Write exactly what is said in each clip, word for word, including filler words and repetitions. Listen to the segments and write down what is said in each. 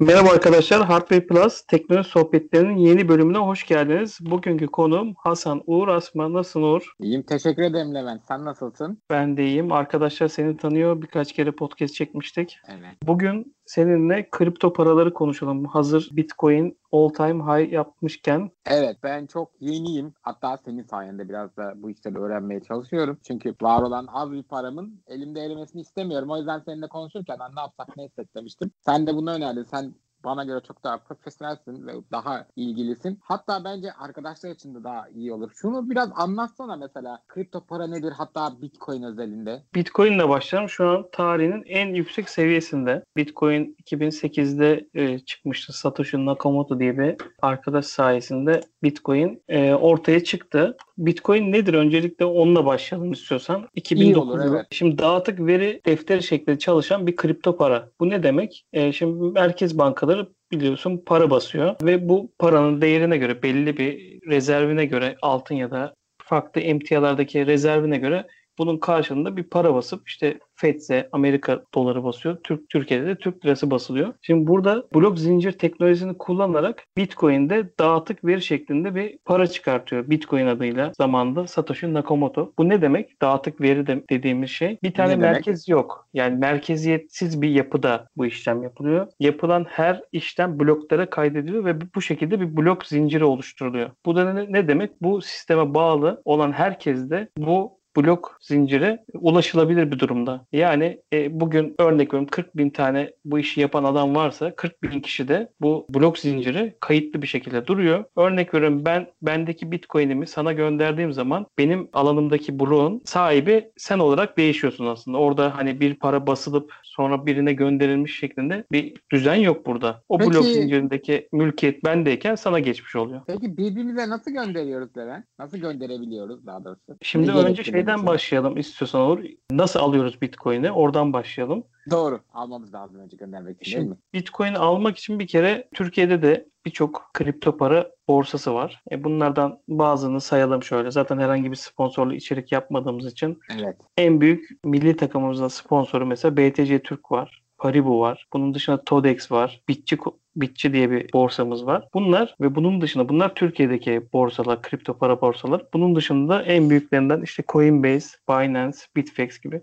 Merhaba arkadaşlar, Hardware Plus teknoloji sohbetlerinin yeni bölümüne hoş geldiniz. Bugünkü konuğum Hasan Uğur Asma. Nasılsın Uğur? İyiyim, teşekkür ederim Levent. Sen nasılsın? Ben de iyiyim. Arkadaşlar seni tanıyor. Birkaç kere podcast çekmiştik. Evet. Bugün seninle kripto paraları konuşalım. Hazır Bitcoin all time high yapmışken. Evet, ben çok yeniyim. Hatta senin sayende biraz da bu işleri öğrenmeye çalışıyorum. Çünkü var olan az bir paramın elimde erimesini istemiyorum. O yüzden seninle konuşurken ben ne yapsak ne etsek demiştim. Sen de bunu önerdin. Sen bana göre çok daha profesyonelsin ve daha ilgilisin. Hatta bence arkadaşlar için de daha iyi olur. Şunu biraz anlatsana mesela. Kripto para nedir? Hatta Bitcoin özelinde. Bitcoin ile başlayalım. Şu an tarihinin en yüksek seviyesinde. Bitcoin iki bin sekizde e, çıkmıştı. Satoshi Nakamoto diye bir arkadaş sayesinde Bitcoin e, ortaya çıktı. Bitcoin nedir? Öncelikle onunla başlayalım istiyorsan. İyi olur, iki bin dokuz yılı. evet. Şimdi dağıtık veri defteri şeklinde çalışan bir kripto para. Bu ne demek? E, şimdi merkez bankaları biliyorsun para basıyor ve bu paranın değerine göre belli bir rezervine göre altın ya da farklı emtialardaki rezervine göre bunun karşılığında bir para basıp işte Fed'se Amerika doları basıyor. Türk Türkiye'de de Türk lirası basılıyor. Şimdi burada blok zincir teknolojisini kullanarak Bitcoin'de dağıtık veri şeklinde bir para çıkartıyor. Bitcoin adıyla zamanında Satoshi Nakamoto. Bu ne demek? Dağıtık veri de dediğimiz şey. Bir tane Ne demek? merkez yok. Yani merkeziyetsiz bir yapıda bu işlem yapılıyor. Yapılan her işlem bloklara kaydediliyor ve bu şekilde bir blok zinciri oluşturuluyor. Bu da ne, ne demek? Bu sisteme bağlı olan herkes de bu blok zincire ulaşılabilir bir durumda. Yani e, bugün örnek veriyorum kırk bin tane bu işi yapan adam varsa kırk bin kişi de bu blok zinciri kayıtlı bir şekilde duruyor. Örnek veriyorum ben bendeki Bitcoin'imi sana gönderdiğim zaman benim alanımdaki bloğun sahibi sen olarak değişiyorsun aslında. Orada hani bir para basılıp sonra birine gönderilmiş şeklinde bir düzen yok burada. O blok Peki zincirindeki mülkiyet bendeyken sana geçmiş oluyor. Peki birbirimize nasıl gönderiyoruz Levent? Nasıl gönderebiliyoruz daha doğrusu? Ne Şimdi önce gerekli bunun şeyden için? başlayalım istiyorsan olur. Nasıl alıyoruz Bitcoin'i? Oradan başlayalım. Doğru. Almamız lazım önce göndermek için değil Şimdi mi? Bitcoin almak için bir kere Türkiye'de de birçok kripto para borsası var. E bunlardan bazılarını sayalım şöyle. Zaten herhangi bir sponsorlu içerik yapmadığımız için Evet. en büyük milli takımımızın sponsoru mesela B T C Türk var. Paribu var. Bunun dışında Todex var. Bitçi Bitçi diye bir borsamız var. Bunlar ve bunun dışında bunlar Türkiye'deki borsalar, kripto para borsalar. Bunun dışında en büyüklerinden işte Coinbase, Binance, Bitfex gibi,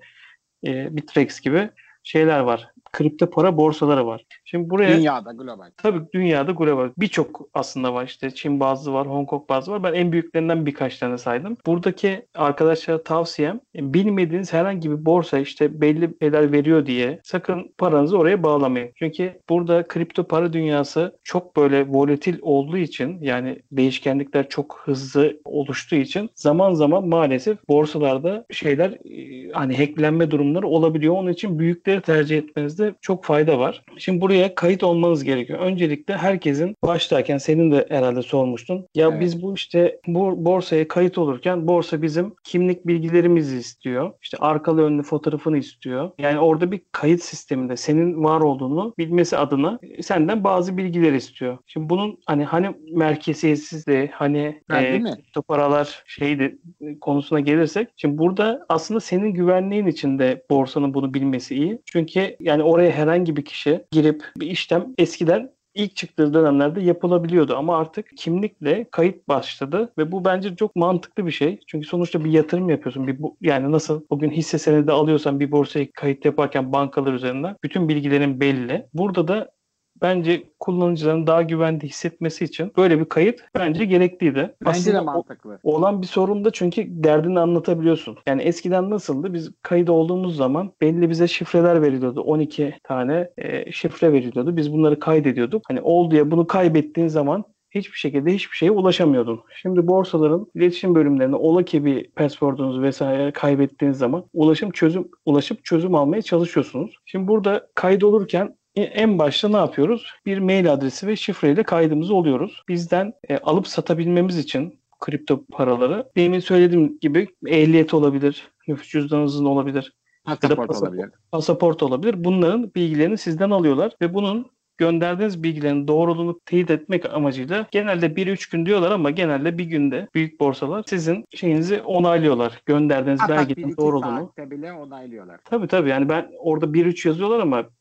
e, Bittrex gibi şeyler var. Kripto para borsaları var. Şimdi buraya Dünyada global. tabii dünyada global birçok aslında var, işte Çin bazlı var, Hong Kong bazlı var. Ben en büyüklerinden birkaç tane saydım. Buradaki arkadaşlara tavsiyem e, bilmediğiniz herhangi bir borsa işte belli şeyler veriyor diye sakın paranızı oraya bağlamayın. Çünkü burada kripto para dünyası çok böyle volatil olduğu için, yani değişkenlikler çok hızlı oluştuğu için zaman zaman maalesef borsalarda şeyler e, hani hacklenme durumları olabiliyor. Onun için büyükleri tercih etmenizde çok fayda var. Şimdi buraya kayıt olmanız gerekiyor. Öncelikle herkesin başlarken senin de herhalde sormuştun. Ya Evet. biz bu işte bu borsaya kayıt olurken borsa bizim kimlik bilgilerimizi istiyor. İşte arkalı önlü fotoğrafını istiyor. Yani orada bir kayıt sisteminde senin var olduğunu bilmesi adına senden bazı bilgiler istiyor. Şimdi bunun hani hani merkeziyetsizliği, hani Ha, e, değil mi? kripto paralar şeydi e, konusuna gelirsek. Şimdi burada aslında senin güvenliğin için de borsanın bunu bilmesi iyi. Çünkü yani oraya herhangi bir kişi girip bir işlem eskiden ilk çıktığı dönemlerde yapılabiliyordu ama artık kimlikle kayıt başladı ve bu bence çok mantıklı bir şey. Çünkü sonuçta bir yatırım yapıyorsun. Bir bu, yani nasıl bugün hisse senedi alıyorsan bir borsaya kayıt yaparken bankalar üzerinden bütün bilgilerin belli. Burada da bence kullanıcıların daha güvende hissetmesi için böyle bir kayıt bence gerekliydi. Bence de Aslında o, mantıklı. olan bir sorun da çünkü derdini anlatabiliyorsun. Yani eskiden nasıldı? Biz kayıt olduğumuz zaman belli bize şifreler veriliyordu. on iki tane e, şifre veriliyordu. Biz bunları kaydediyorduk. Hani oldu ya bunu kaybettiğin zaman hiçbir şekilde hiçbir şeye ulaşamıyordun. Şimdi borsaların iletişim bölümlerine ola ki bir password'unuzu vesaire kaybettiğiniz zaman ulaşım çözüm ulaşıp çözüm almaya çalışıyorsunuz. Şimdi burada kaydolurken e, en başta ne yapıyoruz? Bir mail adresi ve şifreyle kaydımızı oluyoruz. Bizden e, alıp satabilmemiz için kripto paraları demin söylediğim gibi ehliyet olabilir, nüfus cüzdanınızın olabilir ya da Pasaport pasaport, olabilir. pasaport olabilir. Bunların bilgilerini sizden alıyorlar ve bunun gönderdiğiniz bilgilerin doğruluğunu teyit etmek amacıyla genelde bir üç gün diyorlar ama genelde bir günde büyük borsalar sizin şeyinizi onaylıyorlar. Gönderdiğiniz Hatta bir belgenin iki doğruluğunu. saatte bile onaylıyorlar. Tabii tabii, yani ben orada bir üç yazıyorlar ama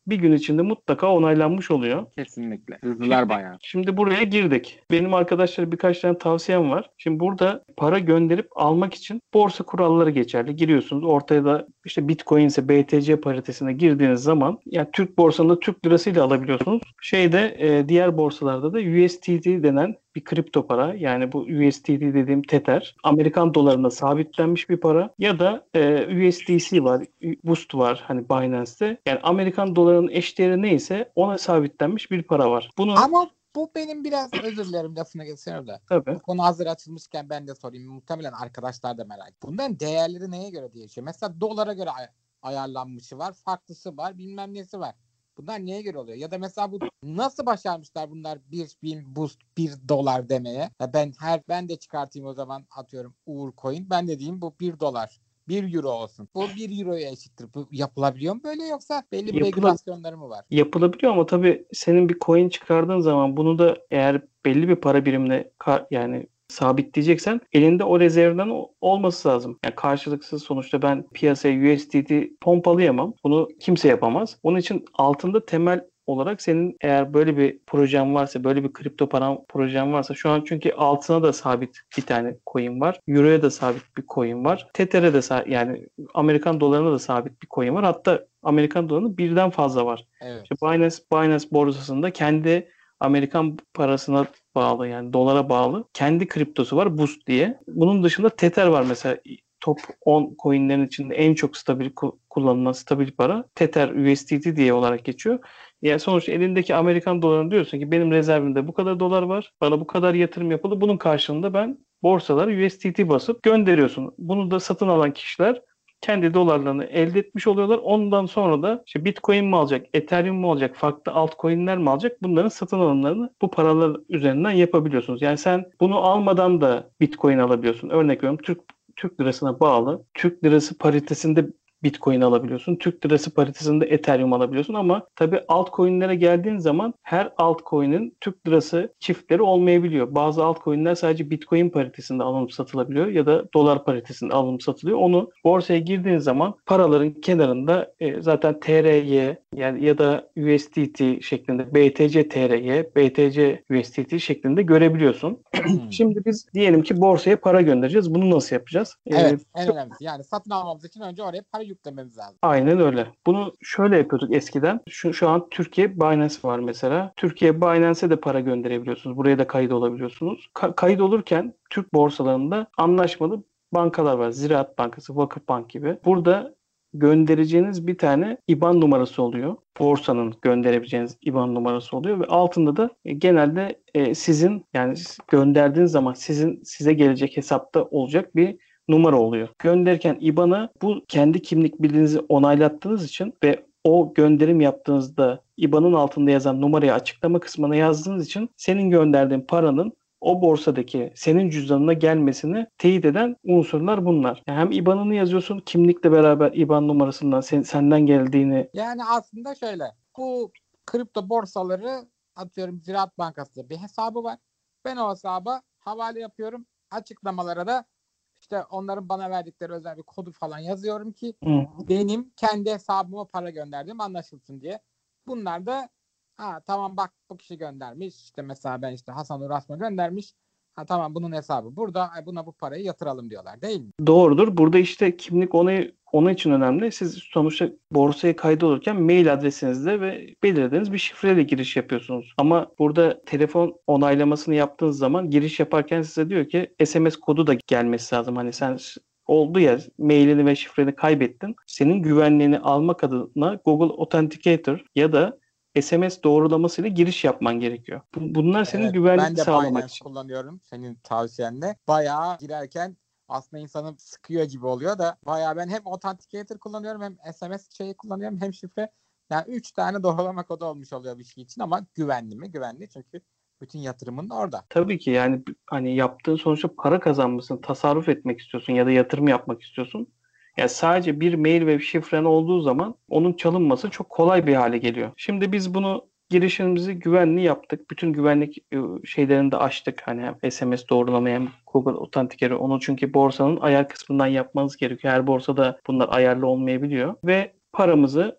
bir gün içinde mutlaka onaylanmış oluyor. Kesinlikle. Hızlılar Şimdi, bayağı. şimdi buraya girdik. Benim arkadaşlara birkaç tane tavsiyem var. Şimdi burada para gönderip almak için borsa kuralları geçerli. Giriyorsunuz. Ortaya da işte Bitcoin ise B T C paritesine girdiğiniz zaman yani Türk borsasında Türk lirasıyla alabiliyorsunuz. Şeyde e, diğer borsalarda da U S D T denen bir kripto para, yani bu U S D T dediğim Tether, Amerikan dolarına sabitlenmiş bir para ya da e, U S D C var, Boost var hani Binance'te. Yani Amerikan dolarının eşdeğeri neyse ona sabitlenmiş bir para var. Bunu Ama bu benim biraz, özür dilerim lafına geçiyorum da. tabii Bu konu hazır açılmışken ben de sorayım. Muhtemelen arkadaşlar da merak ediyor. Bunların değerleri neye göre değişiyor? Mesela dolara göre ay- ayarlanmışı var, farklısı var, bilmem nesi var. Bunlar neye göre oluyor? Ya da mesela bu nasıl başarmışlar bunlar bir bin boost bir dolar demeye? Ya ben her ben de çıkartayım o zaman, atıyorum Uğur Coin. Ben de diyeyim bu bir dolar. bir euro olsun. Bu bir euroya eşittir. Bu yapılabiliyor mu böyle, yoksa belli bir yapıla, regülasyonları mı var? yapılabiliyor ama tabii senin bir coin çıkardığın zaman bunu da eğer belli bir para birimine ka- yani sabitleyeceksen elinde o rezervden o- olması lazım. Yani karşılıksız sonuçta ben piyasaya U S D T pompalayamam. Bunu kimse yapamaz. Onun için altında temel olarak senin eğer böyle bir projen varsa, böyle bir kripto para projen varsa, şu an çünkü altına da sabit bir tane coin var. Euro'ya da sabit bir coin var. Tether'e de sa- yani Amerikan dolarına da sabit bir coin var. Hatta Amerikan dolarının birden fazla var. Evet. İşte Binance, Binance borsasında kendi Amerikan parasına bağlı, yani dolara bağlı kendi kriptosu var, Boost diye. Bunun dışında Tether var mesela, top on coinlerin içinde en çok stabil kullanılan stabil para Tether U S D T diye olarak geçiyor. Yani sonuçta elindeki Amerikan dolarını diyorsun ki benim rezervimde bu kadar dolar var. Bana bu kadar yatırım yapıldı. Bunun karşılığında ben borsalara U S D T basıp gönderiyorsun. Bunu da satın alan kişiler kendi dolarlarını elde etmiş oluyorlar. Ondan sonra da işte Bitcoin mi alacak, Ethereum mu alacak, farklı altcoin'ler mi alacak? Bunların satın alımlarını bu paralar üzerinden yapabiliyorsunuz. Yani sen bunu almadan da Bitcoin alabiliyorsun. Örnek veriyorum, Türk Türk lirasına bağlı. Türk lirası paritesinde Bitcoin alabiliyorsun. Türk lirası paritesinde Ethereum alabiliyorsun ama tabii altcoin'lere geldiğin zaman her altcoin'in Türk lirası çiftleri olmayabiliyor. Bazı altcoin'ler sadece Bitcoin paritesinde alınıp satılabiliyor ya da dolar paritesinde alınıp satılıyor. Onu borsaya girdiğin zaman paraların kenarında e, zaten T R Y yani ya da U S D T şeklinde B T C T R Y, B T C U S D T şeklinde görebiliyorsun. Hmm. Şimdi biz diyelim ki borsaya para göndereceğiz. Bunu nasıl yapacağız? Evet, Ee, en önemlisi. Yani satın almamız için önce oraya para yüklememiz lazım. Aynen öyle. Bunu şöyle yapıyorduk eskiden. Şu, şu an Türkiye Binance var mesela. Türkiye Binance'e de para gönderebiliyorsunuz. Buraya da kayıt olabiliyorsunuz. Ka- kayıt olurken Türk borsalarında anlaşmalı bankalar var. Ziraat Bankası, Vakıfbank gibi. Burada göndereceğiniz bir tane IBAN numarası oluyor. Borsanın gönderebileceğiniz IBAN numarası oluyor ve altında da e, genelde e, sizin yani siz gönderdiğiniz zaman sizin size gelecek hesapta olacak bir numara oluyor. Gönderirken IBAN'a bu kendi kimlik bilginizi onaylattığınız için ve o gönderim yaptığınızda IBAN'ın altında yazan numarayı açıklama kısmına yazdığınız için senin gönderdiğin paranın o borsadaki senin cüzdanına gelmesini teyit eden unsurlar bunlar. Yani hem IBAN'ını yazıyorsun, kimlikle beraber IBAN numarasından sen, senden geldiğini. Yani aslında şöyle, bu kripto borsaları, atıyorum Ziraat Bankası'nda bir hesabı var. Ben o hesaba havale yapıyorum. Açıklamalara da işte onların bana verdikleri özel bir kodu falan yazıyorum ki Hı. benim kendi hesabıma para gönderdiğim anlaşılsın diye. Bunlar da ha tamam bak bu kişi göndermiş. İşte mesela ben işte Hasan Urasma göndermiş. Ha tamam bunun hesabı burada. Buna bu parayı yatıralım diyorlar değil mi? Doğrudur. Burada işte kimlik onu onun için önemli. Siz sonuçta borsaya kaydolurken mail adresinizde ve belirlediğiniz bir şifreyle giriş yapıyorsunuz. Ama burada telefon onaylamasını yaptığınız zaman giriş yaparken size diyor ki S M S kodu da gelmesi lazım. Hani sen oldu ya mailini ve şifreni kaybettin. Senin güvenliğini almak adına Google Authenticator ya da S M S doğrulamasıyla giriş yapman gerekiyor. Bunlar senin Evet, güvenlik ben de sağlamak Binance için. kullanıyorum senin tavsiyenle. Bayağı girerken aslında insanı sıkıyor gibi oluyor da bayağı ben hem Authenticator kullanıyorum hem S M S şeyi kullanıyorum hem şifre. Yani üç tane doğrulama kodu olmuş oluyor bir şey için ama güvenli mi? Güvenli çünkü bütün yatırımın da orada. Tabii ki yani hani yaptığın sonuçta para kazanmasın, tasarruf etmek istiyorsun ya da yatırım yapmak istiyorsun. Yani sadece bir mail ve bir şifren olduğu zaman onun çalınması çok kolay bir hale geliyor. Şimdi biz bunu girişimizi güvenli yaptık. Bütün güvenlik e, şeylerini de açtık. Hani hem S M S doğrulama hem Google Authenticator. Onu çünkü borsanın ayar kısmından yapmanız gerekiyor. Her borsada bunlar ayarlı olmayabiliyor. Ve paramızı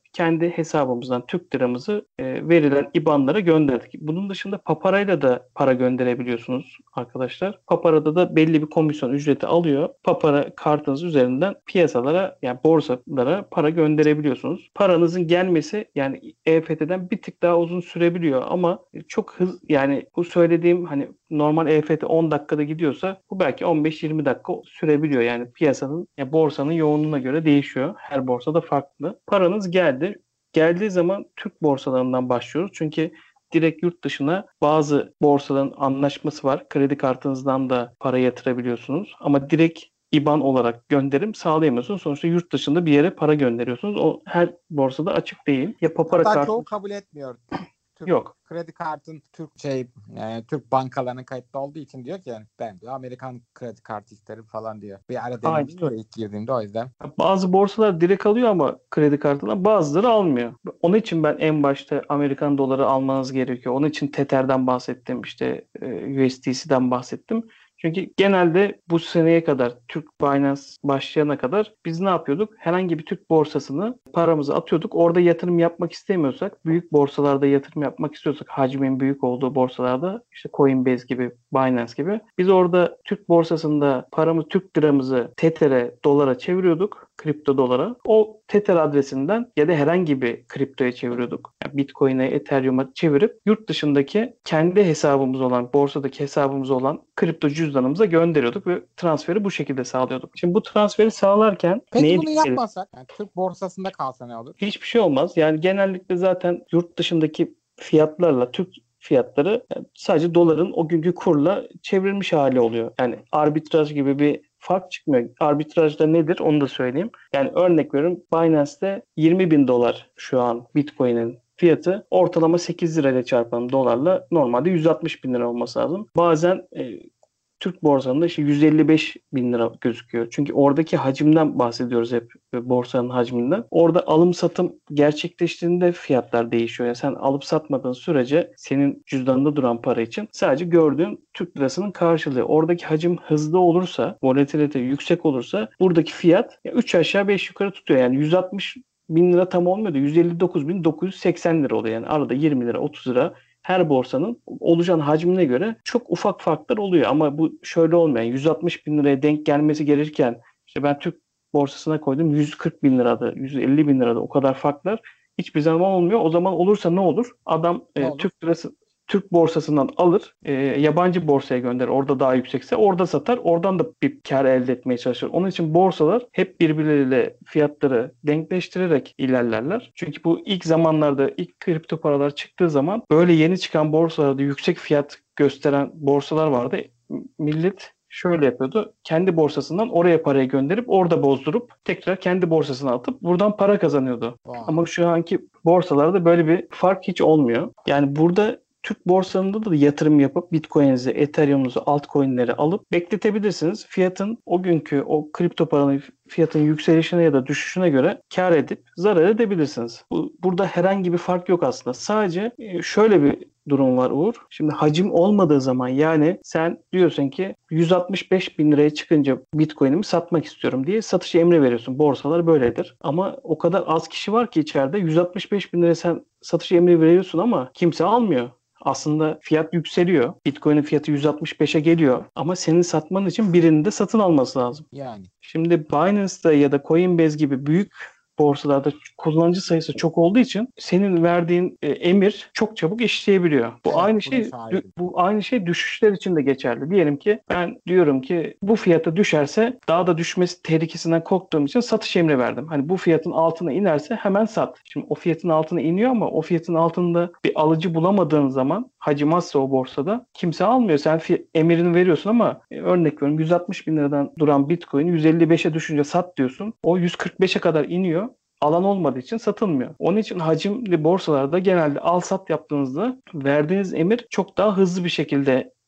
kendi hesabımızdan Türk liramızı e, verilen I B A N'lara gönderdik. Bunun dışında Papara'yla da para gönderebiliyorsunuz arkadaşlar. Papara'da da belli bir komisyon ücreti alıyor. Papara kartınız üzerinden piyasalara, yani borsalara para gönderebiliyorsunuz. Paranızın gelmesi yani E F T'den bir tık daha uzun sürebiliyor ama çok hız, yani bu söylediğim hani normal E F T on dakikada gidiyorsa bu belki on beş yirmi dakika sürebiliyor. Yani piyasanın, ya borsanın yoğunluğuna göre değişiyor. Her borsada farklı. Paranız geldi. Geldiği zaman Türk borsalarından başlıyoruz. Çünkü direkt yurt dışına bazı borsaların anlaşması var. Kredi kartınızdan da para yatırabiliyorsunuz. Ama direkt I B A N olarak gönderim sağlayamıyorsunuz. Sonuçta yurt dışında bir yere para gönderiyorsunuz. O her borsada açık değil. Ya Papara Hatta kartı çoğu kabul etmiyor. Türk yok. kredi kartın Türk şey yani Türk bankalarına kayıtlı olduğu için diyor ki yani ben diyor Amerikan kredi kartı isterim falan diyor. Bir ara Aynen denemiştim de öyle. ilk girdiğimde o yüzden. Bazı borsalar direkt alıyor ama kredi kartından bazıları almıyor. Onun için ben en başta Amerikan doları almanız gerekiyor. Onun için Tether'den bahsettim, işte e, U S D C'den bahsettim. Çünkü genelde bu seneye kadar Türk Binance başlayana kadar biz ne yapıyorduk? Herhangi bir Türk borsasını paramızı atıyorduk. Orada yatırım yapmak istemiyorsak, büyük borsalarda yatırım yapmak istiyorsak, hacmin büyük olduğu borsalarda işte Coinbase gibi, Binance gibi biz orada Türk borsasında paramız, Türk liramızı Tether'e, dolara çeviriyorduk. Kripto dolara. O Tether adresinden ya da herhangi bir kriptoya çeviriyorduk. Yani Bitcoin'e, Ethereum'a çevirip yurt dışındaki kendi hesabımız olan, borsadaki hesabımız olan kripto cüzdanımıza gönderiyorduk ve transferi bu şekilde sağlıyorduk. Şimdi bu transferi sağlarken Peki neye bunu dikkat edin? yapmasak yani Türk borsasında kalsa ne olur? Hiçbir şey olmaz. Yani genellikle zaten yurt dışındaki fiyatlarla Türk fiyatları yani sadece doların o günkü kurla çevrilmiş hali oluyor. Yani arbitraj gibi bir fark çıkmıyor. Arbitrajda nedir onu da söyleyeyim. Yani örnek veriyorum, Binance'te yirmi bin dolar şu an Bitcoin'in fiyatı, ortalama sekiz lirayla çarpalım dolarla, normalde yüz altmış bin lira olması lazım. Bazen e, Türk borsanında işte yüz elli beş bin lira gözüküyor. Çünkü oradaki hacimden bahsediyoruz hep, borsanın hacminden. Orada alım satım gerçekleştiğinde fiyatlar değişiyor. Yani sen alıp satmadığın sürece senin cüzdanında duran para için sadece gördüğün Türk lirasının karşılığı. Oradaki hacim hızlı olursa, volatilite yüksek olursa buradaki fiyat üç aşağı beş yukarı tutuyor. Yani yüz altmış bin lira tam olmuyor da yüz elli dokuz bin dokuz yüz seksen lira oluyor. Yani arada yirmi lira, otuz lira her borsanın oluşan hacmine göre çok ufak farklar oluyor. Ama bu şöyle olmuyor. Yani yüz altmış bin liraya denk gelmesi gerekirken işte ben Türk borsasına koydum yüz kırk bin lirada, yüz elli bin lirada, o kadar farklar hiçbir zaman olmuyor. O zaman olursa ne olur? Adam Ne e, olur? Türk lirası Türk borsasından alır, e, yabancı borsaya gönderir. Orada daha yüksekse orada satar. Oradan da bir kar elde etmeye çalışır. Onun için borsalar hep birbirleriyle fiyatları denkleştirerek ilerlerler. Çünkü bu ilk zamanlarda, ilk kripto paralar çıktığı zaman böyle yeni çıkan borsalarda yüksek fiyat gösteren borsalar vardı. Millet şöyle yapıyordu. Kendi borsasından oraya parayı gönderip orada bozdurup tekrar kendi borsasına atıp buradan para kazanıyordu. Vay. Ama şu anki borsalarda böyle bir fark hiç olmuyor. Yani burada Türk borsalarında da yatırım yapıp Bitcoin'inizi, Ethereum'unuzu, altcoin'leri alıp bekletebilirsiniz. Fiyatın o günkü o kripto paranın fiyatın yükselişine ya da düşüşüne göre kar edip zarar edebilirsiniz. Bu, burada herhangi bir fark yok aslında. Sadece şöyle bir durum var Uğur. Şimdi hacim olmadığı zaman, yani sen diyorsun ki yüz altmış beş bin liraya çıkınca Bitcoin'imi satmak istiyorum diye satış emri veriyorsun. Borsalar böyledir. Ama o kadar az kişi var ki içeride, yüz altmış beş bin liraya sen satış emri veriyorsun ama kimse almıyor. Aslında fiyat yükseliyor. Bitcoin'in fiyatı yüz altmış beşe geliyor. Ama senin satman için birinin de satın alması lazım. Yani. Şimdi Binance'da ya da Coinbase gibi büyük borsalarda kullanıcı sayısı çok olduğu için senin verdiğin e, emir çok çabuk işleyebiliyor. Bu Evet, aynı bunun şey şahidim. bu aynı şey düşüşler için de geçerli. Diyelim ki ben diyorum ki bu fiyata düşerse, daha da düşmesi tehlikesinden korktuğum için satış emri verdim. Hani bu fiyatın altına inerse hemen sat. Şimdi o fiyatın altına iniyor ama o fiyatın altında bir alıcı bulamadığın zaman, hacim azsa o borsada kimse almıyor. Sen fi- emirini veriyorsun ama e, örnek veriyorum yüz altmış bin liradan duran Bitcoin yüz elli beşe düşünce sat diyorsun. O yüz kırk beşe kadar iniyor. Alan olmadığı için satılmıyor. Onun için hacimli borsalarda genelde al sat yaptığınızda verdiğiniz emir çok daha hızlı bir şekilde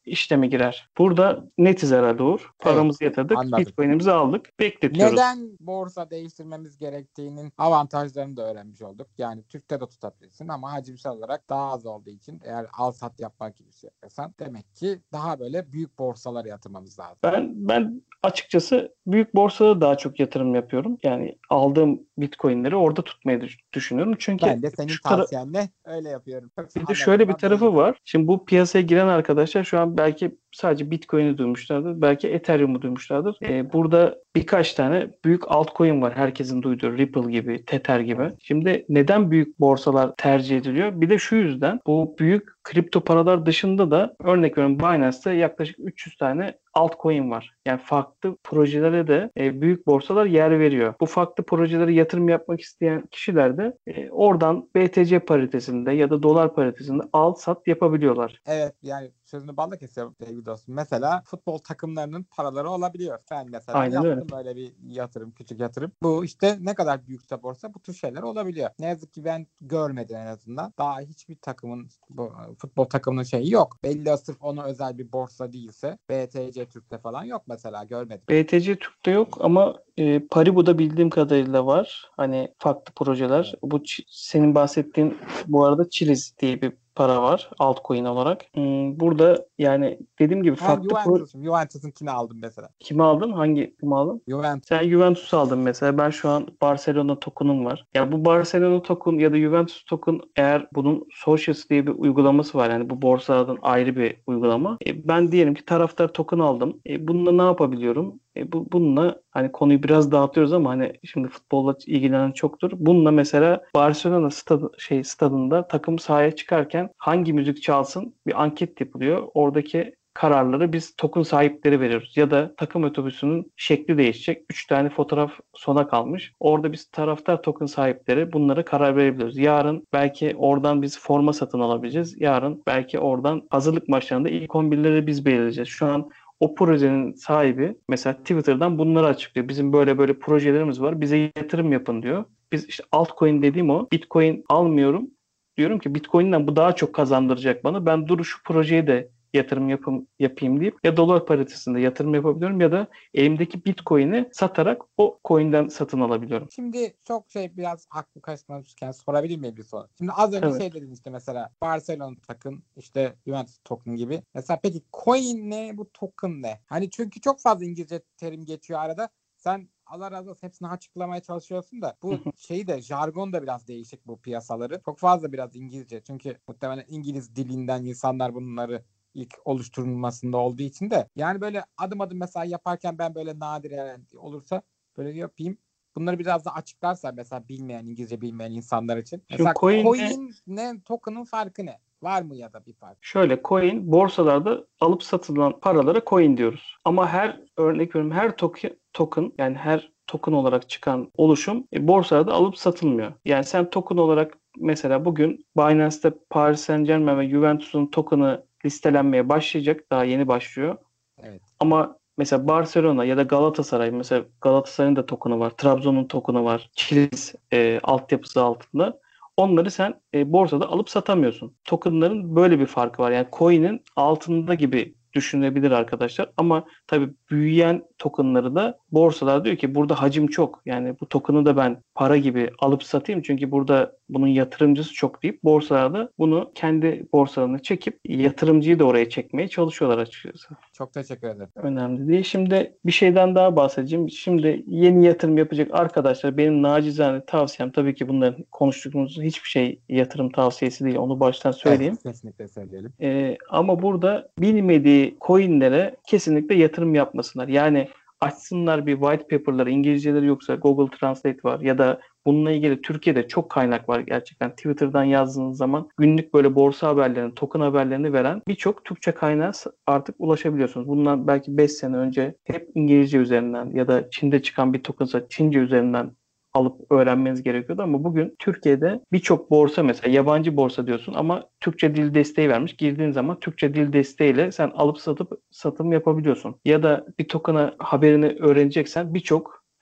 işlemi girer. Burada netiz herhalde Uğur. Evet, Paramızı yatırdık. anladım. Bitcoin'imizi aldık. Bekletiyoruz. Neden borsa değiştirmemiz gerektiğinin avantajlarını da öğrenmiş olduk. Yani Türk'te de tutabilirsin ama hacimsel olarak daha az olduğu için eğer al sat yapmak gibi bir şey yapıyorsan demek ki daha böyle büyük borsalara yatırmamız lazım. Ben ben açıkçası büyük borsada daha çok yatırım yapıyorum. Yani aldığım Bitcoin'leri orada tutmayı düş- düşünüyorum. Çünkü Ben de senin şu tara- tavsiyenle öyle yapıyorum. bir de şöyle bir tarafı var. Şimdi bu piyasaya giren arkadaşlar şu an belki sadece Bitcoin'i duymuşlardır. Belki Ethereum'u duymuşlardır. Ee, burada birkaç tane büyük altcoin var. Herkesin duyduğu Ripple gibi, Tether gibi. Evet. Şimdi neden büyük borsalar tercih ediliyor? Bir de şu yüzden bu büyük kripto paralar dışında da örnek veriyorum Binance'te yaklaşık üç yüz tane altcoin var. Yani farklı projelere de e, büyük borsalar yer veriyor. Bu farklı projelere yatırım yapmak isteyen kişiler de e, oradan B T C paritesinde ya da dolar paritesinde al sat yapabiliyorlar. Evet, yani sözünü balla kesiyorum sevgili dostum. Mesela futbol takımlarının paraları olabiliyor. Ben mesela Aynen öyle. yaptım öyle bir yatırım, küçük yatırım. Bu işte ne kadar büyükse borsa bu tür şeyler olabiliyor. Ne yazık ki ben görmedim en azından. Daha hiçbir takımın, bu, futbol takımının şeyi yok. Belli sırf ona özel bir borsa değilse B T C Türk'te falan yok mesela, görmedim. B T C Türk'te yok ama e, Paribu'da bildiğim kadarıyla var. Hani farklı projeler. Evet. Bu Ç- senin bahsettiğin bu arada Chiliz diye bir para var altcoin olarak. Hmm, burada yani dediğim gibi Ben farklı pro- Juventus'um. Juventus'unkini aldım mesela. kimi aldın? Hangi kimi aldın? Juventus. Sen Juventus aldın mesela. Ben şu an Barcelona token'um var. Ya bu Barcelona token ya da Juventus token eğer bunun Socios diye bir uygulaması var. Yani bu borsadan ayrı bir uygulama. E, ben diyelim ki taraftar token aldım. E, bununla ne yapabiliyorum? E, bu, bununla hani konuyu biraz dağıtıyoruz ama hani şimdi futbolla ilgilenen çoktur. Bununla mesela Barcelona stad, şey stadında takım sahaya çıkarken hangi müzik çalsın bir anket yapılıyor. Oradaki kararları biz token sahipleri veriyoruz. Ya da takım otobüsünün şekli değişecek. Üç tane fotoğraf sona kalmış. Orada biz taraftar token sahipleri bunlara karar verebiliyoruz. Yarın belki oradan biz forma satın alabileceğiz. Yarın belki oradan hazırlık maçlarında ilk on birleri biz belirleyeceğiz. Şu an o projenin sahibi mesela Twitter'dan bunları açıklıyor. Bizim böyle böyle projelerimiz var. Bize yatırım yapın diyor. Biz işte altcoin dediğim o. Bitcoin almıyorum. Diyorum ki Bitcoin'den bu daha çok kazandıracak bana. Ben dur şu projeye de yatırım yapım, yapayım deyip ya dolar paritesinde yatırım yapabiliyorum ya da elimdeki Bitcoin'i satarak o coin'den satın alabiliyorum. Şimdi çok şey, biraz aklı karıştırmışken sorabilir miyim bir soru? Şimdi az önce Evet. şey dedin işte, mesela Barcelona token, işte Juventus token gibi. Mesela peki coin ne, bu token ne? Hani çünkü çok fazla İngilizce terim geçiyor arada. Sen Allah razı olsun hepsini açıklamaya çalışıyorsun da bu şeyi de, jargon da biraz değişik bu piyasaları. Çok fazla biraz İngilizce. Çünkü muhtemelen İngiliz dilinden insanlar bunları ilk oluşturulmasında olduğu için de, yani böyle adım adım mesela yaparken ben böyle nadir yani olursa böyle yapayım. Bunları biraz da açıklarsa mesela, bilmeyen, İngilizce bilmeyen insanlar için. Şimdi Mesela coin ne? coin ne, token'ın farkı ne? Var mı ya da bir fark? Şöyle coin borsalarda alıp satılan paralara coin diyoruz. Ama her örnek veriyorum her token, token yani her token olarak çıkan oluşum e, borsalarda alıp satılmıyor. Yani sen token olarak mesela bugün Binance'te Paris Saint-Germain ve Juventus'un token'ı listelenmeye başlayacak. Daha yeni başlıyor. Evet. Ama mesela Barcelona ya da Galatasaray, mesela Galatasaray'ın da token'ı var. Trabzon'un token'ı var. Chiliz e, altyapısı altında. Onları sen e, borsada alıp satamıyorsun. Token'ların böyle bir farkı var. Yani coin'in altında gibi düşünülebilir arkadaşlar. Ama tabii büyüyen token'ları da borsalar diyor ki burada hacim çok. Yani bu token'ı da ben para gibi alıp satayım. Çünkü burada bunun yatırımcısı çok deyip borsalarda bunu kendi borsalarına çekip yatırımcıyı da oraya çekmeye çalışıyorlar açıkçası. Çok teşekkür ederim. Önemli değil. Şimdi bir şeyden daha bahsedeceğim. Şimdi yeni yatırım yapacak arkadaşlar, benim nacizane tavsiyem, tabii ki bunların konuştuğumuz hiçbir şey yatırım tavsiyesi değil. Onu baştan söyleyeyim. Evet, kesinlikle söyleyelim. Ee, ama burada bilmediği coinlere kesinlikle yatırım yapmasınlar. Yani açsınlar bir white paper'ları, İngilizceleri yoksa Google Translate var ya da bununla ilgili Türkiye'de çok kaynak var gerçekten. Twitter'dan yazdığınız zaman günlük böyle borsa haberlerini, token haberlerini veren birçok Türkçe kaynağa artık ulaşabiliyorsunuz. Bundan belki beş sene önce hep İngilizce üzerinden ya da Çin'de çıkan bir tokensa Çince üzerinden alıp öğrenmeniz gerekiyordu ama bugün Türkiye'de birçok borsa, mesela yabancı borsa diyorsun ama Türkçe dil desteği vermiş. Girdiğin zaman Türkçe dil desteğiyle sen alıp satıp satım yapabiliyorsun. Ya da bir token'a haberini öğreneceksen birçok hem